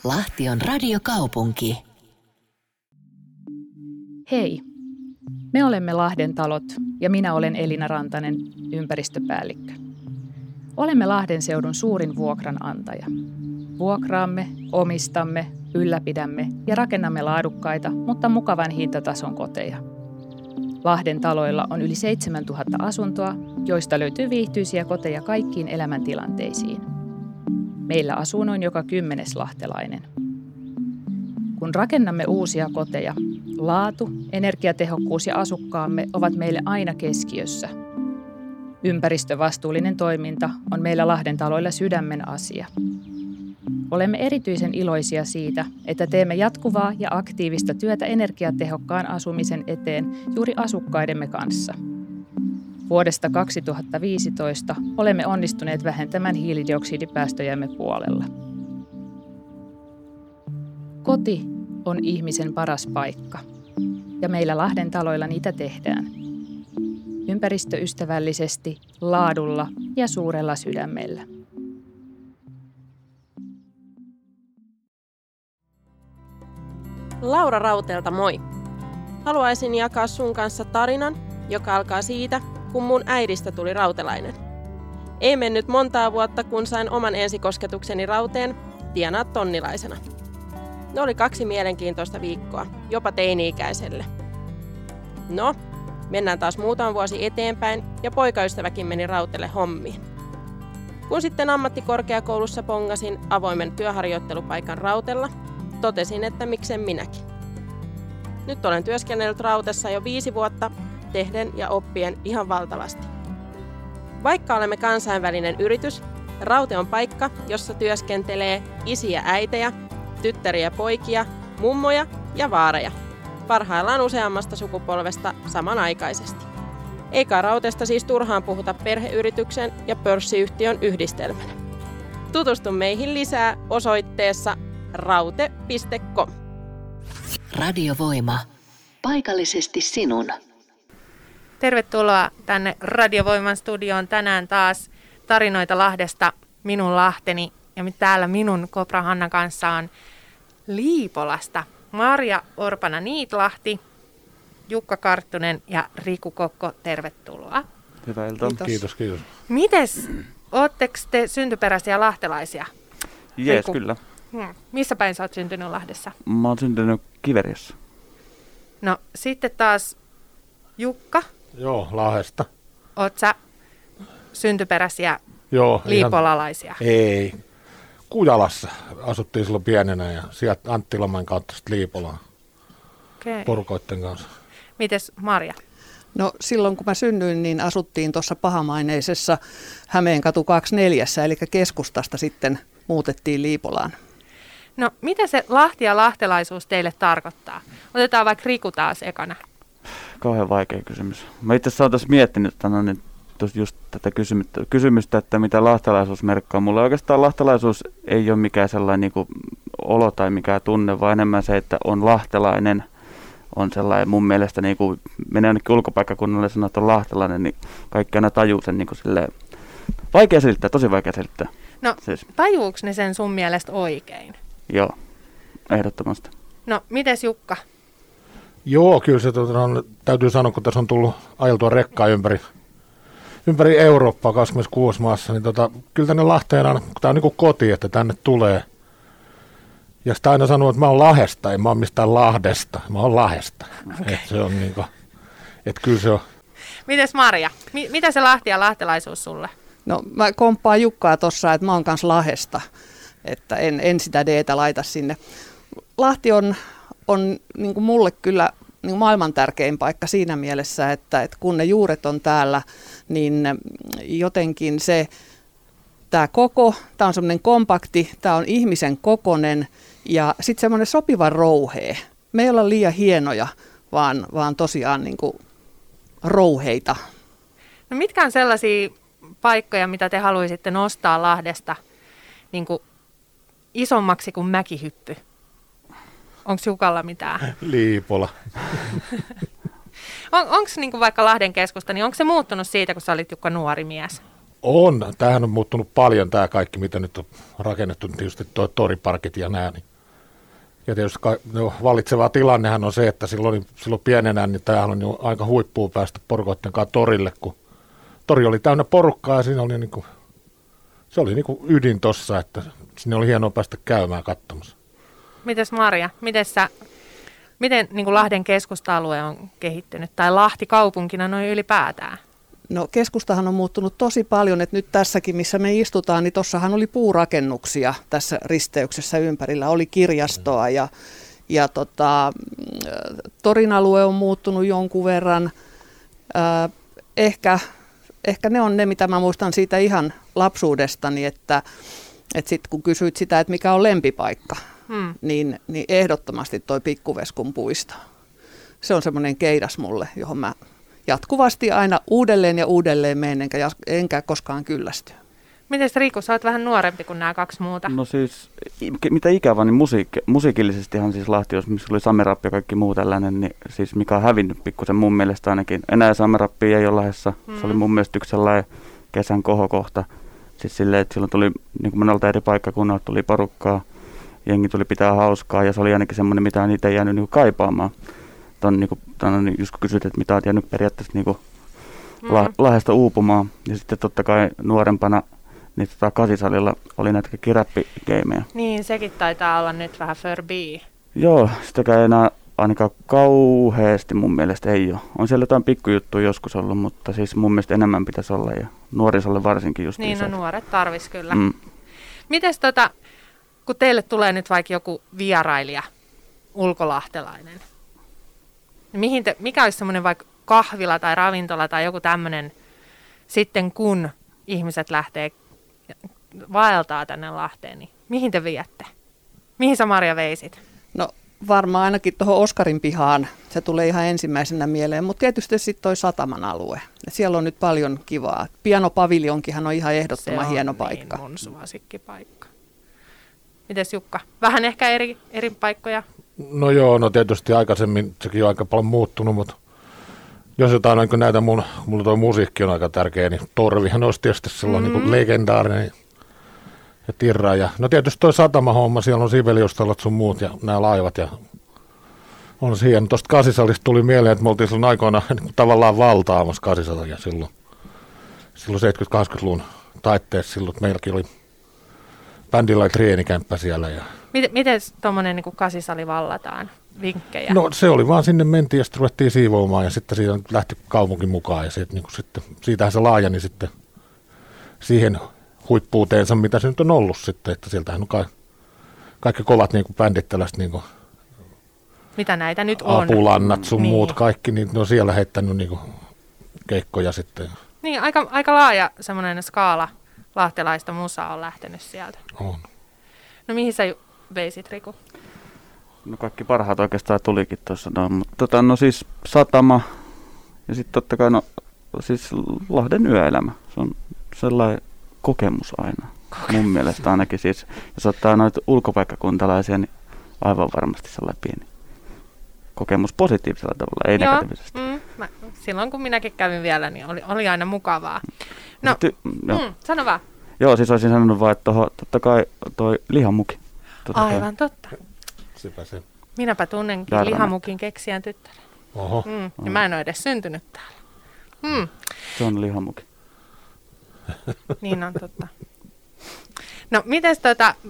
Lahti on radiokaupunki. Hei, me olemme Lahden talot ja minä olen Elina Rantanen, ympäristöpäällikkö. Olemme Lahden seudun suurin vuokranantaja. Vuokraamme, omistamme, ylläpidämme ja rakennamme laadukkaita, mutta mukavan hintatason koteja. Lahden taloilla on yli 7000 asuntoa, joista löytyy viihtyisiä koteja kaikkiin elämäntilanteisiin. Meillä asuu noin joka 10. lahtelainen. Kun rakennamme uusia koteja, laatu, energiatehokkuus ja asukkaamme ovat meille aina keskiössä. Ympäristövastuullinen toiminta on meillä Lahden taloilla sydämen asia. Olemme erityisen iloisia siitä, että teemme jatkuvaa ja aktiivista työtä energiatehokkaan asumisen eteen juuri asukkaidemme kanssa. Vuodesta 2015 olemme onnistuneet vähentämään hiilidioksidipäästöjämme puolella. Koti on ihmisen paras paikka, ja meillä Lahden taloilla niitä tehdään. Ympäristöystävällisesti, laadulla ja suurella sydämellä. Laura Rauteelta moi! Haluaisin jakaa sun kanssa tarinan, joka alkaa siitä, kun mun äidistä tuli rautelainen. Ei mennyt montaa vuotta, kun sain oman ensikosketukseni rauteen tienaa tonnilaisena. Ne oli 2 mielenkiintoista viikkoa, jopa teini-ikäiselle. No, mennään taas muutama vuosi eteenpäin ja poikaystäväkin meni rautelle hommiin. Kun sitten ammattikorkeakoulussa pongasin avoimen työharjoittelupaikan rautella, totesin, että miksen minäkin. Nyt olen työskennellyt rautessa jo 5 vuotta, tehden ja oppien ihan valtavasti. Vaikka olemme kansainvälinen yritys, Raute on paikka, jossa työskentelee isiä äitejä, tyttäriä poikia, mummoja ja vaareja. Parhaillaan useammasta sukupolvesta samanaikaisesti. Eikä Rautesta siis turhaan puhuta perheyrityksen ja pörssiyhtiön yhdistelmänä. Tutustu meihin lisää osoitteessa raute.com. Radiovoima. Paikallisesti sinun. Tervetuloa tänne Radiovoiman studioon tänään taas tarinoita Lahdesta, minun Lahteni. Ja täällä minun Kopra Hanna kanssa on Liipolasta Marja Orpana-Niitlahti, Jukka Karttunen ja Riku Kokko. Tervetuloa. Hyvää iltaa. Kiitos. Mites, ootteko te syntyperäisiä lahtelaisia? Jees, kyllä. Missä päin sä oot syntynyt Lahdessa? Mä oon syntynyt Kiveriassa. No sitten taas Jukka. Joo, Lahdesta. Oot sä syntyperäisiä Joo, liipolalaisia? Ei. Kujalassa asuttiin silloin pienenä ja sieltä Antti Laman kautta sitten Liipolaan porukoitten kanssa. Mites Marja? No silloin kun mä synnyin, niin asuttiin tuossa pahamaineisessa Hämeenkatu 24, eli keskustasta sitten muutettiin Liipolaan. No mitä se Lahti ja lahtelaisuus teille tarkoittaa? Otetaan vaikka Riku taas ekana. Kauhean vaikea kysymys. Mä itse asiassa oon tässä miettinyt just tätä kysymystä, että mitä lahtelaisuus merkkaa. Mulla oikeastaan lahtelaisuus ei ole mikään sellainen niin kuin olo tai mikään tunne, vaan enemmän se, että on lahtelainen. On sellainen mun mielestä, niin kuin menee jonnekin ulkopaikkakunnalle ja sanoo, että on lahtelainen, niin kaikki aina tajuu sen niin kuin silleen. Vaikea selittää, tosi vaikea selittää. No siis. Tajuuks ne sen sun mielestä oikein? Joo, ehdottomasti. No mites Jukka? Joo, kyllä se täytyy sanoa, kun tässä on tullut ajeltua rekkaa ympäri Eurooppaa 26 maassa, niin kyllä tänne Lahteen aina, kun tämä on niin kuin koti, että tänne tulee. Ja sitä aina sanoo, että mä oon Lahdesta, en mä oon mistään Lahdesta, mä oon Lahdesta. Okay. Että se on niin kuin, että kyllä se on. Mites Marja? Mitä se Lahti ja lahtelaisuus sulle? No mä komppaan Jukkaa tuossa, että mä oon kanssa Lahdesta, että en sitä D-tä laita sinne. Lahti on niin kuin mulle kyllä niin kuin maailman tärkein paikka siinä mielessä, että kun ne juuret on täällä, niin jotenkin tämä on semmoinen kompakti, tämä on ihmisen kokonen ja sitten semmoinen sopiva rouhee. Me ei olla liian hienoja, vaan tosiaan niin kuin rouheita. No mitkä on sellaisia paikkoja, mitä te haluaisitte nostaa Lahdesta niin kuin isommaksi kuin mäkihyppy? Onko Jukalla mitään? Liipola. Onko niin vaikka Lahden keskusta, niin onko se muuttunut siitä, kun sä olit Jukka nuori mies? On. Tämähän on muuttunut paljon tämä kaikki, mitä nyt on rakennettu. Tietysti tuo toriparkit ja nämä. Niin Ja tietysti valitseva tilannehan on se, että silloin pienenä, niin tämähän on jo aika huippuun päästä porukoitten kanssa torille, kun tori oli täynnä porukkaa ja siinä oli se oli ydin tossa, että sinne oli hienoa päästä käymään katsomassa. Mites Marja, miten niin kuin Lahden keskusta-alue on kehittynyt tai Lahti kaupunkina noin ylipäätään? No keskustahan on muuttunut tosi paljon, että nyt tässäkin, missä me istutaan, niin tuossahan oli puurakennuksia tässä risteyksessä ympärillä. Oli kirjastoa ja torin alue on muuttunut jonkun verran. Ehkä ne on ne, mitä mä muistan siitä ihan lapsuudestani, että sitten kun kysyit sitä, että mikä on lempipaikka, niin ehdottomasti toi Pikkuveskun puisto. Se on semmoinen keidas mulle, johon mä jatkuvasti aina uudelleen ja uudelleen menen, enkä koskaan kyllästy. Mites Riku, sä oot vähän nuorempi kuin nämä kaksi muuta. No siis, mitä ikävä, niin musiikillisestihan siis Lahti, jos missä oli Samerappi ja kaikki muu tällainen, niin siis mikä on hävinnyt pikkusen mun mielestä ainakin. Enää Samerappia ei ole Lahdessa. Se oli mun mielestä yksi sellainen kesän kohokohta. Siis silleen, että silloin tuli niin kuin monelta eri paikkakunnalta tuli porukkaa, jengi tuli pitää hauskaa ja se oli ainakin semmoinen, mitä on itse jäänyt niin kaipaamaan. Just kun kysyt, että mitä olet jäänyt periaatteessa niin Lahdesta uupumaan. Ja sitten totta kai nuorempana niin Kasisalilla oli näitä kaikki räppikeimejä. Niin, sekin taitaa olla nyt vähän förbi. Joo, sitäkään enää ainakaan kauheasti mun mielestä ei ole. On siellä jotain pikkujuttuja joskus ollut, mutta siis mun mielestä enemmän pitäisi olla ja nuorisolle varsinkin just. Niin, no nuoret tarvis kyllä. Mites kun teille tulee nyt vaikka joku vierailija, ulkolahtelainen, niin mikä olisi semmoinen vaikka kahvila tai ravintola tai joku tämmöinen sitten kun ihmiset lähtee vaeltaa tänne Lahteen, niin mihin te viette? Mihin sä Marja veisit? No varmaan ainakin tuohon Oskarin pihaan, se tulee ihan ensimmäisenä mieleen, mutta tietysti sitten toi Sataman alue. Ja siellä on nyt paljon kivaa. Pianopaviljonkihan on ihan ehdottoman hieno paikka. Se on niin mun suosikkipaikka. Mites Jukka? Vähän ehkä eri paikkoja? No joo, no tietysti aikaisemmin sekin on aika paljon muuttunut, mutta jos jotain niin näitä, mulla tuo musiikki on aika tärkeä, niin Torvihan olisi tietysti silloin niin legendaarinen ja tirra. Ja, no tietysti toi Satama-homma, siellä on Sibeliustalot sun muut ja nämä laivat ja on siihen. Tuosta Kasisalista tuli mieleen, että me oltiin silloin aikoina niin tavallaan valtaamassa Kasisalia silloin 70-80-luvun taitteessa silloin, että meilläkin oli bändillä treenikämppä siellä. Ja miten tuommoinen niin Kasisali vallataan? Vinkkejä? No se oli vaan sinne mentiin ja sitten ruvettiin siivoamaan ja sitten siitä lähti kaupunki mukaan ja siitähän se laajani sitten siihen huippuuteensa, mitä se nyt on ollut sitten, että sieltähän on kaikki kovat niin kuin bändit tällaiset niin kuin mitä näitä nyt on? Apulannat sun muut kaikki, niin ne on siellä heittänyt niin kuin keikkoja sitten. Niin, aika laaja semmoinen skaala lahtelaista musaa on lähtenyt sieltä. On. No mihin sä veisit, Riku? No kaikki parhaat oikeastaan tulikin tuossa, mutta no siis Satama ja sitten totta kai siis Lahden yöelämä. Se on sellainen kokemus aina, mun mielestä ainakin siis. Jos ottaa noita ulkopaikkakuntalaisia, niin aivan varmasti sellainen pieni kokemus positiivisella tavalla, ei negatiivisesti. Silloin kun minäkin kävin vielä, niin oli aina mukavaa. No, sano vaan. Joo, siis olisin sanonut vaan, että totta kai toi lihamuki. Aivan totta. Se. Minäpä tunnenkin lihamukin keksijän tyttären. Oho. Ja mä en ole edes syntynyt täällä. Se on lihamuki. Niin on totta. No mites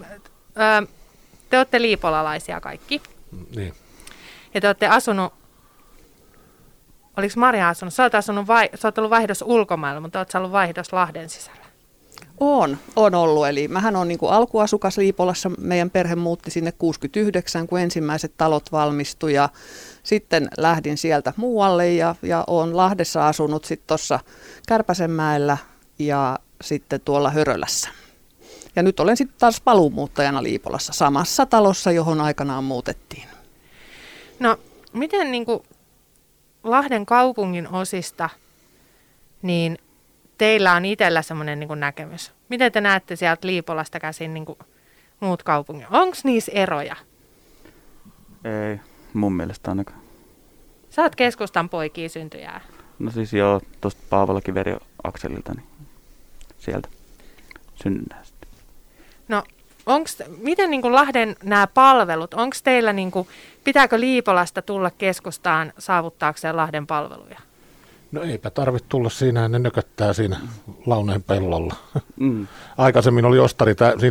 te olette liipolalaisia kaikki. Niin. Ja te olette asunut, oliko Marja asunut? Sä oot ollut vaihdos ulkomailla, mutta oot sä ollut vaihdos Lahden sisällä. On ollut. Eli mähän on niin kuin alkuasukas Liipolassa. Meidän perhe muutti sinne 69, kun ensimmäiset talot valmistui. Ja sitten lähdin sieltä muualle ja olen Lahdessa asunut sitten tuossa Kärpäsenmäellä ja sitten tuolla Hörölässä. Ja nyt olen sitten taas paluumuuttajana Liipolassa samassa talossa, johon aikanaan muutettiin. No, miten niin kuin Lahden kaupungin osista, niin teillä on itsellä semmoinen niin kuin näkemys. Miten te näette sieltä Liipolasta käsin niin kuin muut kaupungit? Onko niissä eroja? Ei, mun mielestä ainakaan. Sä oot keskustan poikia syntyjää. No siis joo, tuosta Paavola Kiveri akselilta, niin sieltä synnynnäistä. No, Miten niin kuin Lahden nämä palvelut, onko teillä, niin kuin, pitääkö Liipolasta tulla keskustaan saavuttaakseen Lahden palveluja? No eipä tarvitse tulla siinä, ne nököttää siinä Launeen pellolla. Aikaisemmin oli ostari,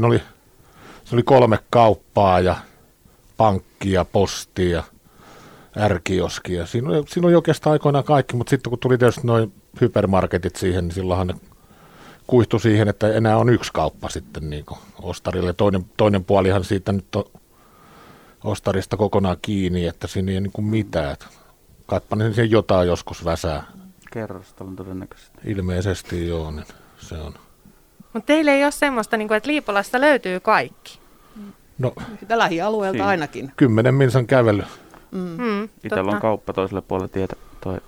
se oli 3 kauppaa ja pankki ja posti ja R-kioski. Ja siinä oli oikeastaan aikoinaan kaikki, mutta sitten kun tuli tietysti noin hypermarketit siihen, niin silloinhan ne kuihtui siihen, että enää on 1 kauppa sitten niin kuin ostarille. Toinen puolihan siitä nyt on ostarista kokonaan kiinni, että siinä ei niin kuin mitään. Kaipa ne siihen jotain joskus väsää. Kerrostalon todennäköisesti. Ilmeisesti joo, niin se on. Mutta teillä ei ole semmoista, niin kuin, että Liipolasta löytyy kaikki. No, lähialueelta siinä. ainakin. 10 minsan kävely. Itsellä on kauppa toiselle puolelle tietä.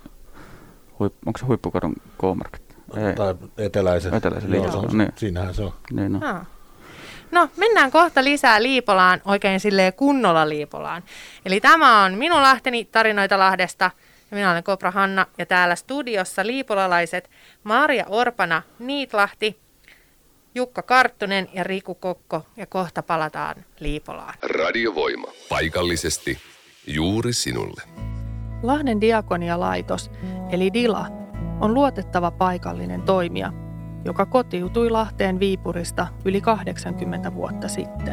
Onko se Huippukadun K-Market? Tai eteläisen liikkeelle. Niin. Siinähän se on. Niin, no. No, mennään kohta lisää Liipolaan, oikein silleen kunnolla Liipolaan. Eli tämä on minun Lahteni tarinoita Lahdesta. Ja minä olen Kopra Hanna ja täällä studiossa liipolalaiset Marja Orpana Niitlahti, Jukka Karttunen ja Riku Kokko. Ja kohta palataan Liipolaan. Radiovoima. Paikallisesti juuri sinulle. Lahden diakonialaitos, eli DILA, on luotettava paikallinen toimija, joka kotiutui Lahteen Viipurista yli 80 vuotta sitten.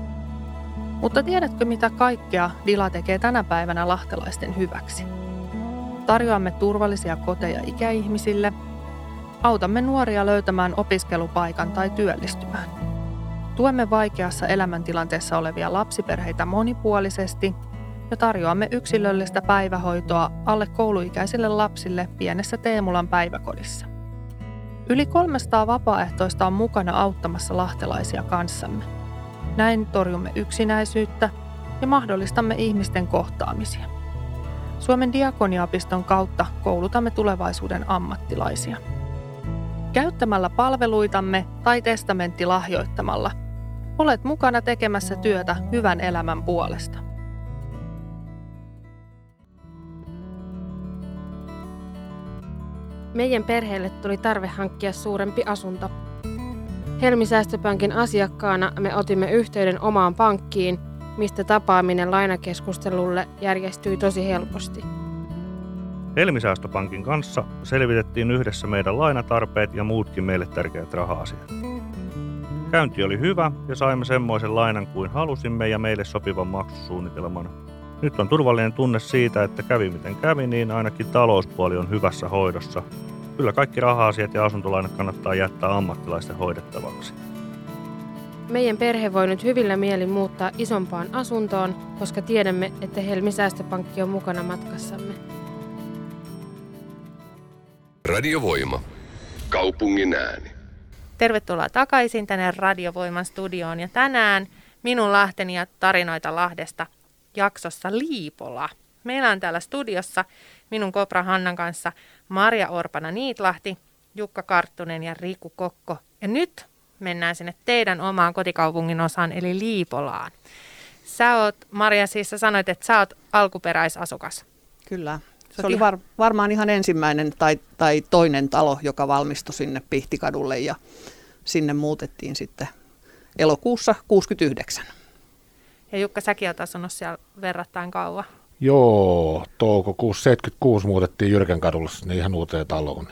Mutta tiedätkö, mitä kaikkea DILA tekee tänä päivänä lahtelaisten hyväksi? Tarjoamme turvallisia koteja ikäihmisille, autamme nuoria löytämään opiskelupaikan tai työllistymään. Tuemme vaikeassa elämäntilanteessa olevia lapsiperheitä monipuolisesti ja tarjoamme yksilöllistä päivähoitoa alle kouluikäisille lapsille pienessä Teemulan päiväkodissa. Yli 300 vapaaehtoista on mukana auttamassa lahtelaisia kanssamme. Näin torjumme yksinäisyyttä ja mahdollistamme ihmisten kohtaamisia. Suomen diakoniaopiston kautta koulutamme tulevaisuuden ammattilaisia. Käyttämällä palveluitamme tai testamenttilahjoittamalla olet mukana tekemässä työtä hyvän elämän puolesta. Meidän perheelle tuli tarve hankkia suurempi asunto. Helmi-säästöpankin asiakkaana me otimme yhteyden omaan pankkiin, mistä tapaaminen lainakeskustelulle järjestyi tosi helposti. Helmi-säästöpankin kanssa selvitettiin yhdessä meidän lainatarpeet ja muutkin meille tärkeät raha-asiat. Käynti oli hyvä ja saimme semmoisen lainan kuin halusimme ja meille sopivan maksusuunnitelman. Nyt on turvallinen tunne siitä, että kävi miten kävi, niin ainakin talouspuoli on hyvässä hoidossa. Kyllä kaikki raha-asiat ja asuntolainat kannattaa jättää ammattilaisten hoidettavaksi. Meidän perhe voi nyt hyvillä mielin muuttaa isompaan asuntoon, koska tiedämme, että Helmi-säästöpankki on mukana matkassamme. Radiovoima. Kaupungin ääni. Tervetuloa takaisin tänne Radiovoiman studioon ja tänään minun Lahteni ja tarinoita Lahdesta jaksossa Liipola. Meillä on täällä studiossa minun Kopra Hannan kanssa Marja Orpana Niitlahti, Jukka Karttunen ja Riku Kokko. Ja nyt mennään sinne teidän omaan kotikaupungin osaan eli Liipolaan. Sä oot, Marja, siis sä sanoit, että sä oot alkuperäisasukas. Kyllä. Se oli varmaan ihan ensimmäinen tai toinen talo, joka valmistui sinne Pihtikadulle ja sinne muutettiin sitten elokuussa 1969. Ja Jukka, säkin oot asunut siellä verrattain kauan. Joo, toukokuussa 76 muutettiin Jyrkänkadulle sinne ihan uuteen taloon.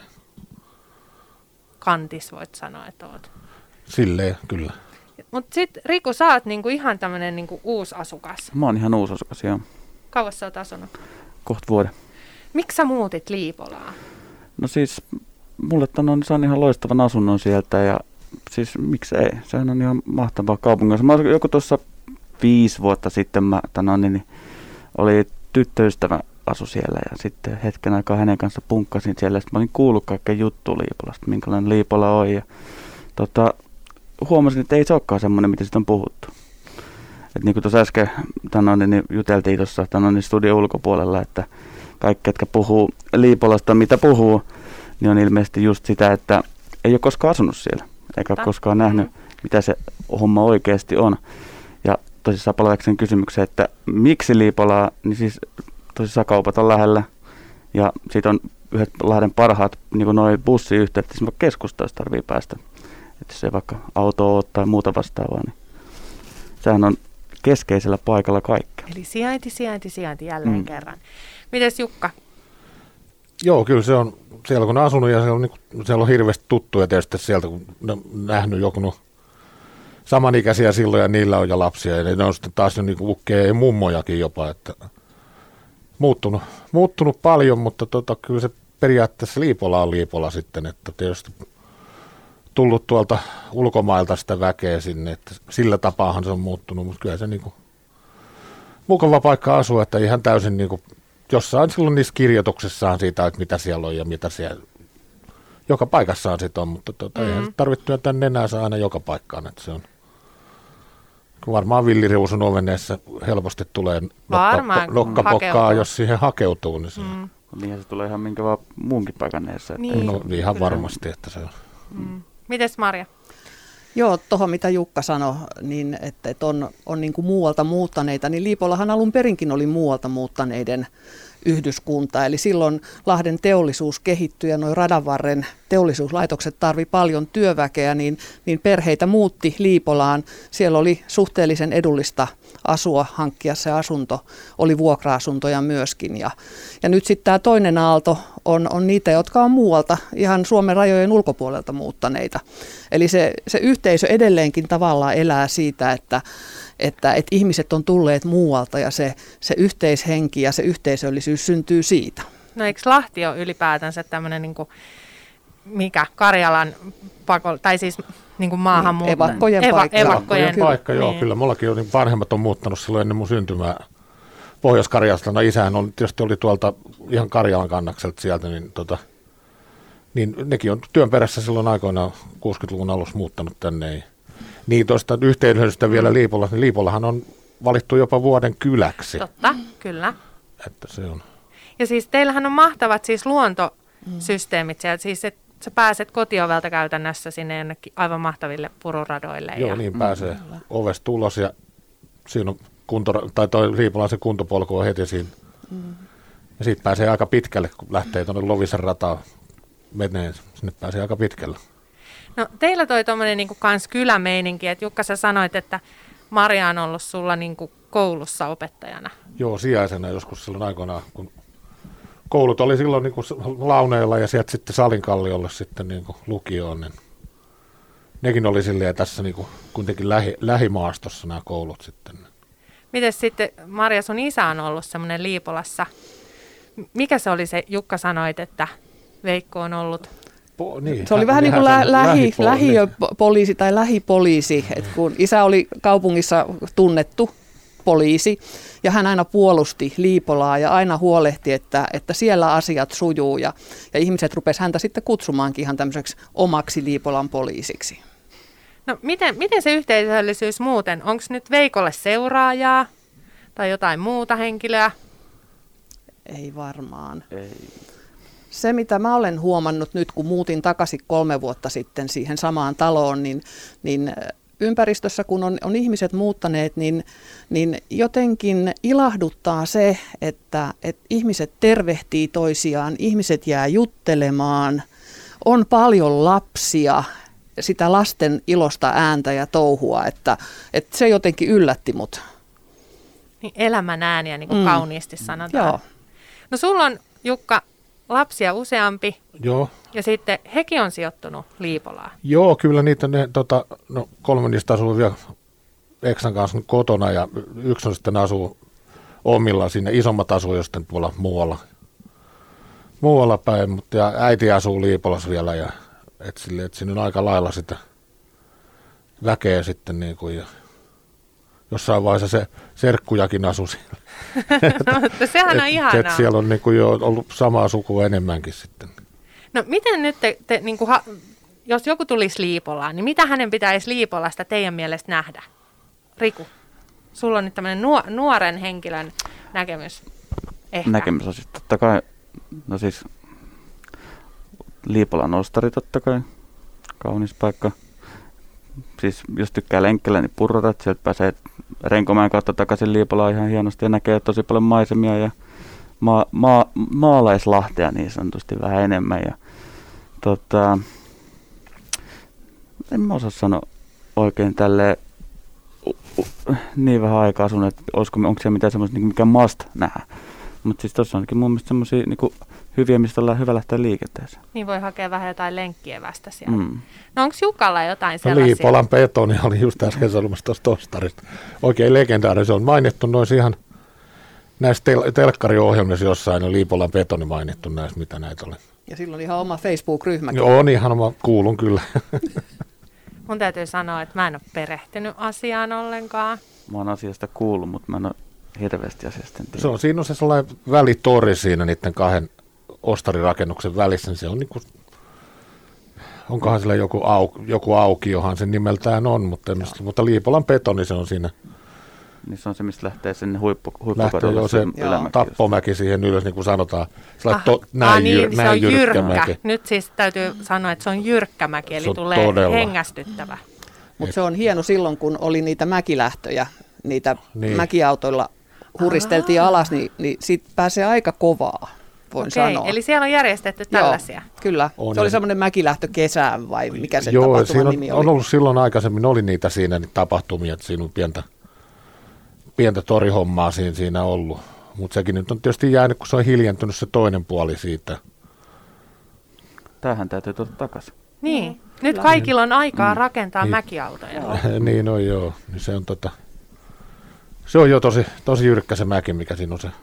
Kantis voit sanoa, että oot. Silleen, kyllä. Mutta sitten Riku, sä oot niinku ihan tämmönen niinku uusi asukas. Mä oon ihan uusi asukas, joo. Kauas sä oot asunut? Kohta vuoden. Miksi sä muutit Liipolaan? No siis mulle saan ihan loistavan asunnon sieltä ja siis miksi ei. Sehän on ihan mahtavaa kaupungissa. Mä joku tuossa 5 vuotta sitten oli tyttöystävä asu siellä ja sitten hetken aikaa hänen kanssa punkkasin siellä. Sitten mä olin kuullut kaikkea juttua Liipolasta, minkälainen Liipola on ja huomasin, että ei se olekaan semmoinen, mitä siitä on puhuttu. Et niin kuin tuossa äsken juteltiin tuossa studion ulkopuolella, että kaikki, jotka puhuu Liipolasta, mitä puhuu, niin on ilmeisesti just sitä, että ei ole koskaan asunut siellä, eikä ole koskaan nähnyt, mitä se homma oikeasti on. Ja tosissaan palatakseni kysymykseen, että miksi Liipolaa, niin siis tosissaan kaupat on lähellä, ja siitä on yhdet Lahden parhaat niin noin bussiyhteydet, esimerkiksi keskustaan, jos tarvitsee päästä. Että jos ei vaikka autoa ole tai muuta vastaavaa, niin sehän on keskeisellä paikalla kaikkea. Eli sijainti jälleen kerran. Mites Jukka? Joo, kyllä se on, siellä kun on asunut ja siellä on hirveästi tuttuja tietysti sieltä, kun on nähnyt joku samanikäisiä silloin ja niillä on jo lapsia. Ja ne on sitten taas jo niinku ukkeja ja mummojakin jopa, että muuttunut paljon, mutta kyllä se periaatteessa Liipola on Liipola sitten, että tietysti tullut tuolta ulkomailta sitä väkeä sinne, että sillä tapaahan se on muuttunut, mutta kyllä se niinku mukava paikka asua, että ihan täysin niinku jossain silloin niissä kirjoituksissaan siitä, että mitä siellä on ja mitä siellä joka paikassaan sitä on, mutta eihän tarvitse työntää nenäänsä aina joka paikkaan, että se on varmaan villiriusun oveneessa helposti tulee nokkapokkaa, jos siihen hakeutuu. Niin se Niinhän se tulee ihan minkä vaan muunkin paikan eessä. Niin. No ihan varmasti, että se on. Mites Marja? Joo, tuohon mitä Jukka sanoi, niin että on niin kuin muualta muuttaneita, niin Liipolahan alun perinkin oli muualta muuttaneiden yhdyskunta. Eli silloin Lahden teollisuus kehittyi ja nuo radanvarren teollisuuslaitokset tarvi paljon työväkeä, niin perheitä muutti Liipolaan. Siellä oli suhteellisen edullista asua, hankkia se asunto, oli vuokra-asuntoja myöskin. Ja nyt sitten tämä toinen aalto on niitä, jotka on muualta, ihan Suomen rajojen ulkopuolelta muuttaneita. Eli se yhteisö edelleenkin tavallaan elää siitä, että ihmiset on tulleet muualta ja se yhteishenki ja se yhteisöllisyys syntyy siitä. No eikö Lahti ole ylipäätänsä tämmöinen niin kuin, Karjalan tai siis niin kuin maahanmuutto? Evakkojen paikka, joo. Kyllä mullakin oli, vanhemmat on muuttanut silloin ennen mun syntymää Pohjois-Karjalasta. No isähän tietysti oli tuolta ihan Karjalan kannakselta sieltä, niin nekin on työn perässä silloin aikoinaan 60-luvun alussa muuttanut tänne. Niin tuosta yhteisöstä vielä Liipolassa, niin Liipolahan on valittu jopa vuoden kyläksi. Totta, kyllä. Että se on. Ja siis teillähän on mahtavat siis luontosysteemit siellä, siis että sä pääset kotiovelta käytännössä sinne jonnekin aivan mahtaville pururadoille. Joo, niin pääsee ovesta ulos ja siinä on toi Liipolaisen kuntopolku on heti siinä. Ja siitä pääsee aika pitkälle, kun lähtee tuonne Lovisan rataan menee, sinne pääsee aika pitkälle. No teillä toi tommonen niinku kans kylämeininki, että Jukka sä sanoit, että Marja on ollut sulla niinku koulussa opettajana. Joo, sijaisena joskus silloin aikoinaan, kun koulut oli silloin niinku Launeella ja sieltä sitten Salinkalliolle sitten niinku lukioon, niin nekin oli silleen tässä niinku kuitenkin lähimaastossa nämä koulut sitten. Mites sitten Marja, sun isä on ollut semmoinen Liipolassa. Mikä se oli se, Jukka sanoit, että Veikko on ollut? Se oli vähän niin kuin lähipoliisi tai lähipoliisi, että kun isä oli kaupungissa tunnettu poliisi ja hän aina puolusti Liipolaa ja aina huolehti, että siellä asiat sujuu ja ihmiset rupesivat häntä sitten kutsumaankin ihan tämmöiseksi omaksi Liipolan poliisiksi. No miten se yhteisöllisyys muuten? Onko nyt Veikolle seuraajaa tai jotain muuta henkilöä? Ei varmaan. Ei. Se, mitä mä olen huomannut nyt, kun muutin takaisin 3 vuotta sitten siihen samaan taloon, niin ympäristössä, kun on ihmiset muuttaneet, niin jotenkin ilahduttaa se, että ihmiset tervehtii toisiaan, ihmiset jää juttelemaan, on paljon lapsia, sitä lasten ilosta ääntä ja touhua, että se jotenkin yllätti mut. Niin elämän ääniä, niin kuin kauniisti sanotaan. Joo. No sulla on, Jukka, lapsia useampi. Joo. Ja sitten hekin on sijoittunut Liipolaan. Joo, kyllä niitä, 3 niistä asuu vielä Eksan kanssa kotona ja yksi on sitten asuu omilla, sinne isommat asuu jo sitten tuolla muualla päin, mutta ja äiti asuu Liipolassa vielä ja että siinä on aika lailla sitä väkeä sitten niin kuin, ja jossain vaiheessa se serkkujakin asui siellä. Mutta sehän on ihanaa. Siellä on niin kuin jo ollut samaa sukua enemmänkin sitten. No miten nyt te niin kuin jos joku tulisi Liipolaan, niin mitä hänen pitäisi Liipolasta teidän mielestä nähdä? Riku, sulla on nyt tämmöinen nuoren henkilön näkemys. Ehkä. Näkemys on siis totta kai, no siis Liipolan ostari totta kai, kaunis paikka. Siis jos tykkää lenkkeellä, niin purratat, sieltä pääsee Renkomäen kautta takaisin Liipolaan ihan hienosti ja näkee tosi paljon maisemia ja maalaislahtea niin sanotusti vähän enemmän. Ja, en mä osaa sanoa oikein tälleen niin vähän aikaa asunut, että onko siellä mitään semmoista, niin mikä must nähdä. Mutta siis tuossa onkin mun mielestä semmoisia niin hyviä, mistä ollaan hyvä lähteä liikenteeseen. Niin voi hakea vähän jotain lenkkievästä siellä. No onko Jukalla jotain No sellaisia? Liipolan betoni oli just äsken sanomassa tuosta tostarista. Oikein legendaarinen. Se on mainittu noissa ihan näissä telkkariohjelmissa jossain on Liipolan betoni mainittu näissä, mitä näitä oli. Ja silloin ihan oma Facebook-ryhmäkin. On ihan oma, kuulun kyllä. Mun täytyy sanoa, että mä en ole perehtynyt asiaan ollenkaan. Mä oon asiasta kuullut, mutta mä en ole hirveästi asiasta tiedä. Siinä on se sellainen välitori siinä niiden kahden ostarirakennuksen välissä. Se on niin kuin, onkohan sillä joku aukiohan sen nimeltään on, mutta Liipolan betoni se on siinä. Niin se on se, mistä lähtee sinne huippukadulle. Lähtee jo se tappomäki siihen ylös, niin kuin sanotaan. Se on jyrkkä mäki. Nyt siis täytyy sanoa, että se on jyrkkä mäki, eli tulee todella hengästyttävä. Mutta se on hieno silloin, kun oli niitä mäkilähtöjä, niitä mäkiautoilla huristeltiin alas, niin siitä pääsee aika kovaa, voin sanoa. Eli siellä on järjestetty tällaisia? Joo, kyllä. On, se oli semmoinen mäkilähtö kesään vai mikä se tapahtuman nimi oli? On ollut silloin aikaisemmin, oli niitä siinä niitä tapahtumia, että siinä on pientä torihommaa siinä ollut. Mutta sekin nyt on tietysti jäänyt, kun se on hiljentynyt se toinen puoli siitä. Tämähän täytyy tuoda takaisin. Niin, nyt kaikilla on aikaa rakentaa mäkiautoja. Niin on joo. Se on jo tosi jyrkkä se mäki, mikä siinä on se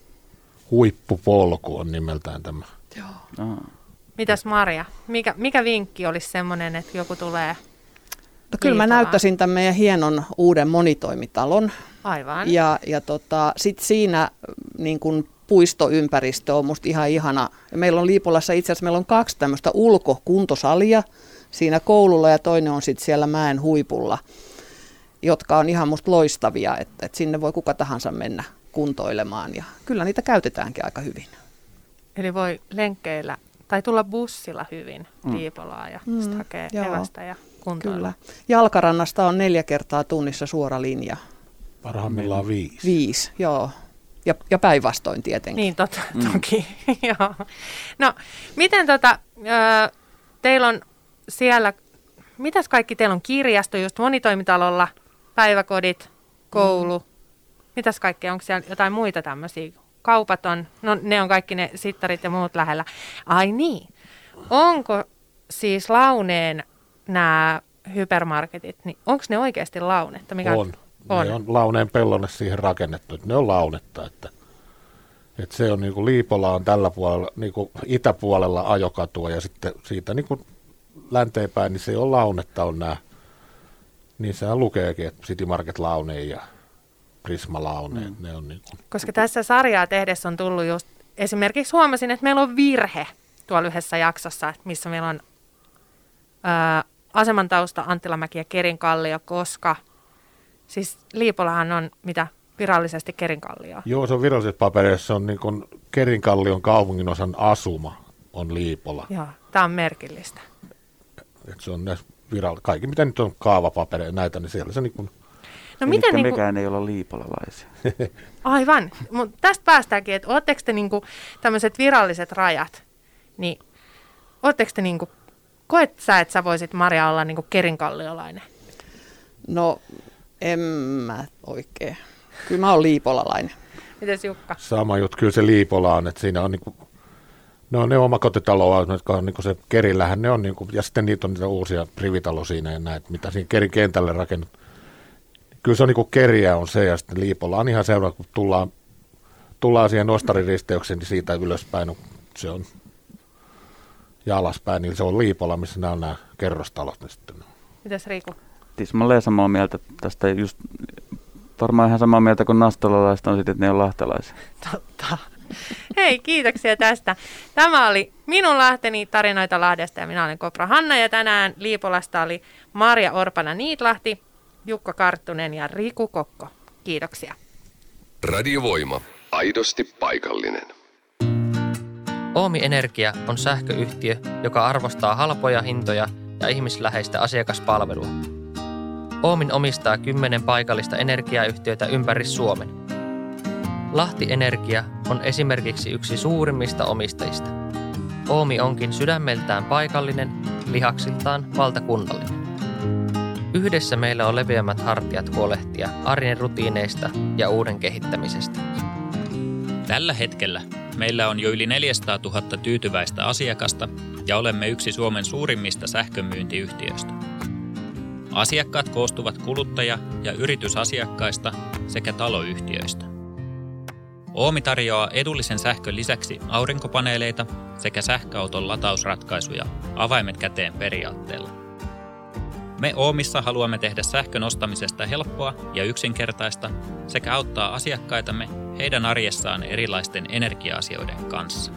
huippupolku on nimeltään tämä. Joo. Mitäs Marja, mikä vinkki olisi semmoinen, että joku tulee? No kyllä mä näyttäisin tämän meidän hienon uuden monitoimitalon. Aivan. Ja sitten siinä niin kun puistoympäristö on musta ihan ihana. Ja meillä on Liipolassa itse asiassa meillä on 2 tämmöistä ulkokuntosalia siinä koululla ja toinen on sitten siellä mäen huipulla, jotka on ihan musta loistavia, että sinne voi kuka tahansa mennä kuntoilemaan ja kyllä niitä käytetäänkin aika hyvin. Eli voi lenkkeillä tai tulla bussilla hyvin Liipolaan ja sitten hakea evästä ja kuntoilla. Kyllä. Jalkarannasta on 4 kertaa tunnissa suora linja. Parhaimmillaan 5. 5, joo. Ja päinvastoin tietenkin. Niin, toki. Joo. No, miten teillä on siellä, mitäs kaikki teillä on kirjasto just monitoimitalolla, päiväkodit, koulu, mitäs kaikkea, onko siellä jotain muita tämmöisiä? Kaupat on, no ne on kaikki ne sittarit ja muut lähellä. Ai niin, onko siis Launeen nämä hypermarketit, niin onko ne oikeasti Launetta? On. Ne on Launeen pellonne siihen rakennettu, että ne on Launetta, että se on niin kuin Liipola on tällä puolella, niin kuin itäpuolella ajokatua ja sitten siitä niin kuin länteenpäin, niin se on Launetta on nämä, niin sehän lukeekin, että City Market Launeen ja Prisma Launeen, ne on niin kuin. Koska tässä sarjaa tehdessä on tullut just, esimerkiksi huomasin, että meillä on virhe tuolla yhdessä jaksossa, missä meillä on Asemantausta, Anttilamäki ja Kerinkallio, koska siis Liipolahan on mitä virallisesti Kerinkallio. Joo, se on virallisessa paperissa, se on niin kuin Kerinkallion kaupunginosan asuma on Liipola. Joo, tämä on merkillistä. Et se on näissä kaikki mitä nyt on kaavapapereja näitä, niin siellä se niin kuin. No miten niin mekään ei olla liipolalaisia. Aivan, mutta tästä päästäänkin, että ootteko te niin kuin tämmöiset viralliset rajat, niin ootteko te niin kuin, koet sä, että sä voisit Marja olla niin kuin Kerinkalliolainen? No en mä oikein. Kyllä mä oon liipolalainen. Mites Jukka? Sama juttu, kyllä se Liipola on, että siinä on niinku, ne omakotitaloa, jotka on niinku se Kerillähän ne on niinku, ja sitten niitä on niitä uusia rivitalo siinä ja näitä, mitä siinä Kerin kentälle rakennut. Kyllä se on niinku Keriä on se ja sitten Liipola on ihan seuraava, kun tullaan siihen ostariristeykseen, niin siitä ylöspäin no, se on ja alaspäin, niin se on Liipola, missä nämä on nämä kerrostalot. Niin sitten. Mitäs Riiku? Tismalleen samaa mieltä tästä just, varmaan ihan samaa mieltä kuin nastolalaiset on sitten, että ne on lahtelaisia. Totta. Hei, kiitoksia tästä. Tämä oli minun Lahteni tarinoita Lahdesta ja minä olen Kopra Hanna ja tänään Liipolasta oli Marja Orpana-Niitlahti, Jukka Karttunen ja Riku Kokko. Kiitoksia. Radiovoima. Aidosti paikallinen. Oomi Energia on sähköyhtiö, joka arvostaa halpoja hintoja ja ihmisläheistä asiakaspalvelua. Oomin omistaa 10 paikallista energiayhtiötä ympäri Suomen. Lahti Energia on esimerkiksi yksi suurimmista omistajista. Oomi onkin sydämeltään paikallinen, lihaksiltaan valtakunnallinen. Yhdessä meillä on leveämmät hartiat huolehtia arjen rutiineista ja uuden kehittämisestä. Tällä hetkellä meillä on jo yli 400 000 tyytyväistä asiakasta ja olemme yksi Suomen suurimmista sähkömyyntiyhtiöistä. Asiakkaat koostuvat kuluttaja- ja yritysasiakkaista sekä taloyhtiöistä. Oomi tarjoaa edullisen sähkön lisäksi aurinkopaneeleita sekä sähköauton latausratkaisuja avaimet käteen periaatteella. Me Oomissa haluamme tehdä sähkön ostamisesta helppoa ja yksinkertaista sekä auttaa asiakkaitamme heidän arjessaan erilaisten energia-asioiden kanssa.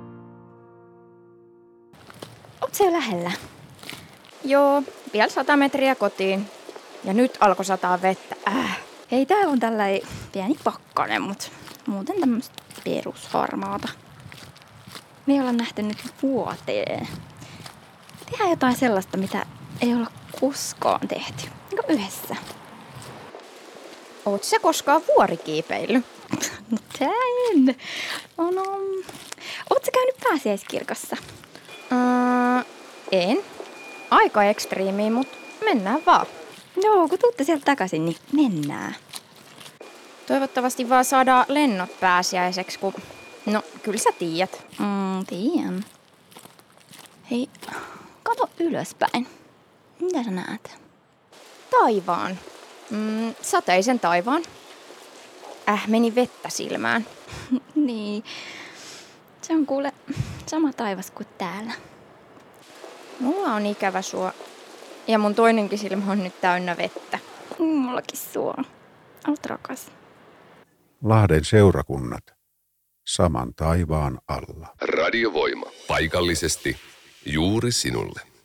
Oot se jo lähellä? Joo, vielä 100 metriä kotiin. Ja nyt alkoi sataa vettä. Hei, täällä on tällainen pieni pakkanen, mutta muuten tämmöistä perusharmaata. Me ei olla nähty nyt vuoteen. Tehdään jotain sellaista, mitä ei olla koskaan tehty. Niin kuin yhdessä. Oot sä koskaan vuorikiipeillyt? No en. Oot sä käynyt pääsiäiskirkossa? En. Aika ekstriimiä, mutta mennään vaan. Joo, kun tuutte sieltä takaisin, niin mennään. Toivottavasti vaan saadaan lennot pääsiäiseksi, kun... No, kyllä sä tiedät. Tiedän. Hei, kato ylöspäin. Mitä sä näet? Taivaan. Sateisen taivaan. Meni vettä silmään. Niin. Se on kuule sama taivas kuin täällä. Mulla on ikävä sua. Ja mun toinenkin silmä on nyt täynnä vettä. Mullakin sua. Oot rakas. Lahden seurakunnat. Saman taivaan alla. Radiovoima. Paikallisesti juuri sinulle.